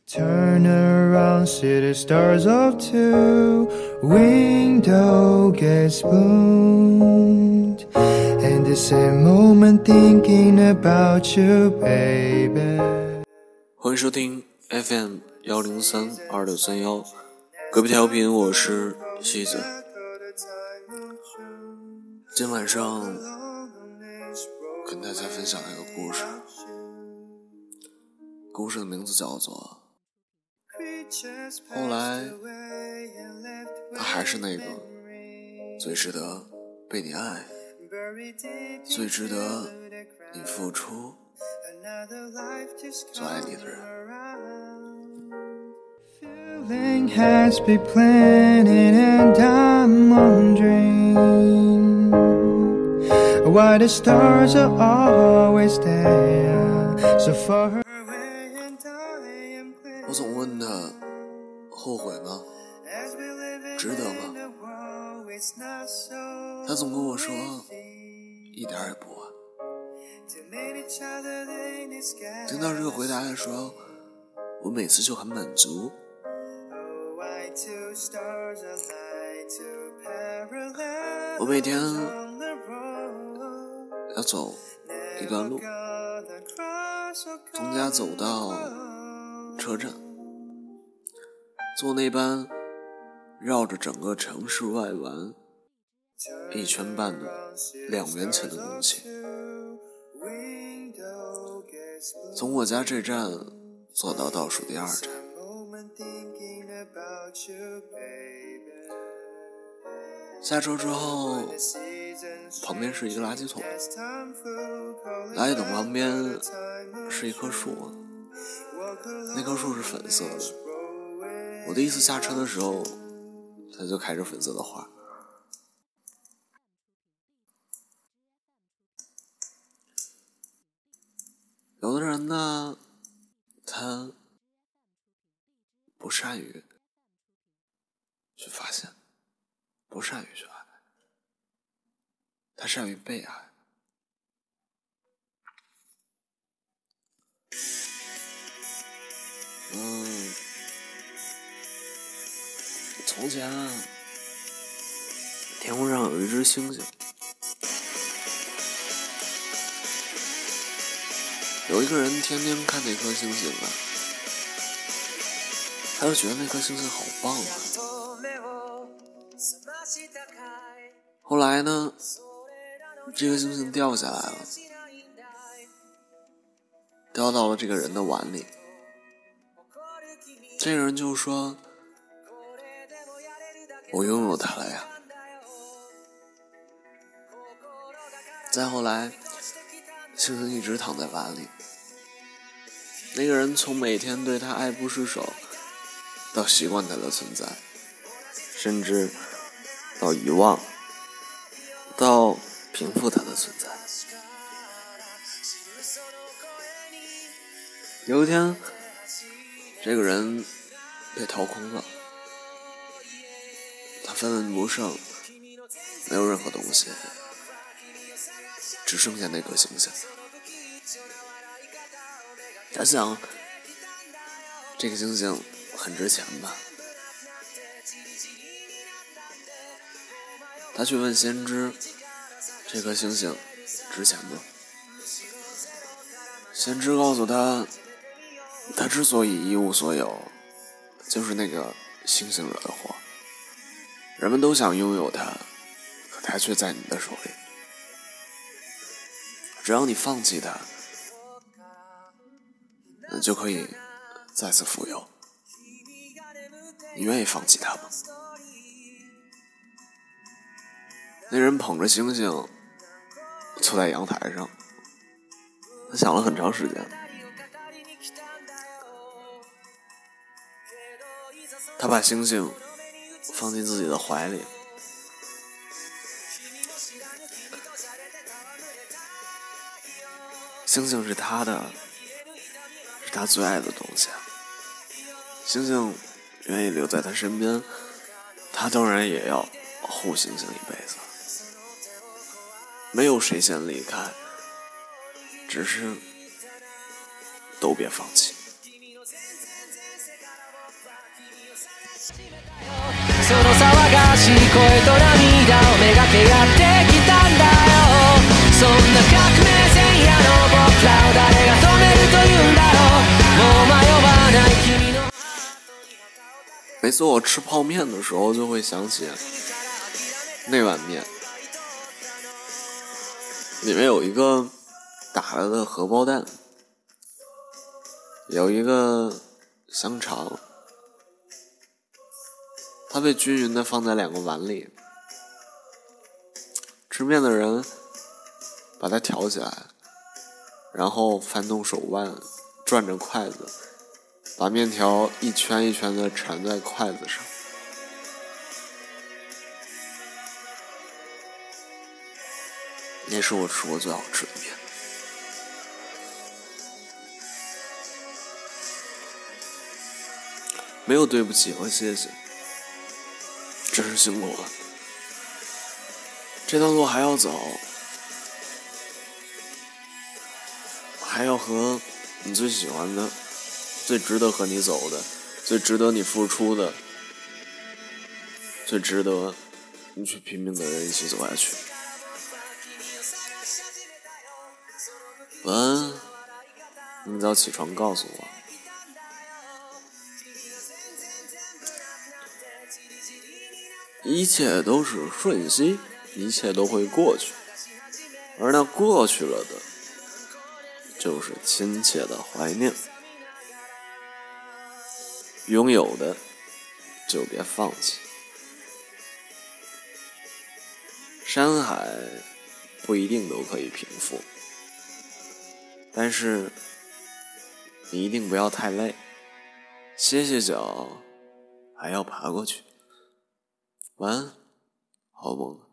Turn around, see the stars up too. Window gets spooned. And the same moment thinking about you, baby. 欢迎收听 FM 1032631，隔壁调频，我是西子。今晚上跟大家分享一个故事，故事的名字叫做后来他还是那个最值得被你爱，最值得你付出，最爱你的人。 Feeling has been planning and I'm wondering why the stars are always there so far away and I am clear. 我总问他后悔吗？值得吗？他总跟我说一点也不晚。听到这个回答的时候，我每次就很满足。我每天要走一段路，从家走到车站，坐那班绕着整个城市外环1圈半的2元钱的公汽。从我家这站坐到倒数第2站，下车之后旁边是一个垃圾桶，垃圾桶旁边是一棵树，那棵树是粉色的。我第一次下车的时候它就开着粉色的花。有的人呢，他不善于去发现，不善于去爱，他善于被爱。从前天空上有一只星星，有一个人天天看那颗星星啊，他就觉得那颗星星好棒啊。后来呢，这颗星星掉下来了，掉到了这个人的碗里。这个人就说，我拥有它了呀。再后来星星一直躺在碗里，那个人从每天对他爱不释手，到习惯他的存在，甚至到遗忘，到平复他的存在。有一天这个人被掏空了，他分文不剩，没有任何东西，只剩下那颗星星。他想，这个星星很值钱吧？他去问先知，这颗星星值钱吗？先知告诉他，他之所以一无所有，就是那个星星惹的祸。人们都想拥有它，可它却在你的手里。只要你放弃它，你就可以再次富有。你愿意放弃它吗？那人捧着星星坐在阳台上，他想了很长时间。他把星星放进自己的怀里，星星是他的，是他最爱的东西。星星愿意留在他身边，他当然也要护星星一辈子。没有谁先离开，只是都别放弃。 每次我吃泡面的时候，就会想起那碗面，里面有一个打了的荷包蛋，有一个香肠，它被均匀的放在2个碗里，吃面的人把它挑起来，然后翻动手腕，转着筷子，把面条一圈一圈的缠在筷子上。那是我吃过最好吃的面。没有对不起和谢谢，真是辛苦了。这段路还要走，还要和你最喜欢的、最值得和你走的、最值得你付出的、最值得你去拼命的人一起走下去。晚安，明早起床告诉我。一切都是瞬息，一切都会过去，而那过去了的，就是亲切的怀念。拥有的，就别放弃。山海不一定都可以平复，但是你一定不要太累，歇歇脚还要爬过去。晚安，好梦。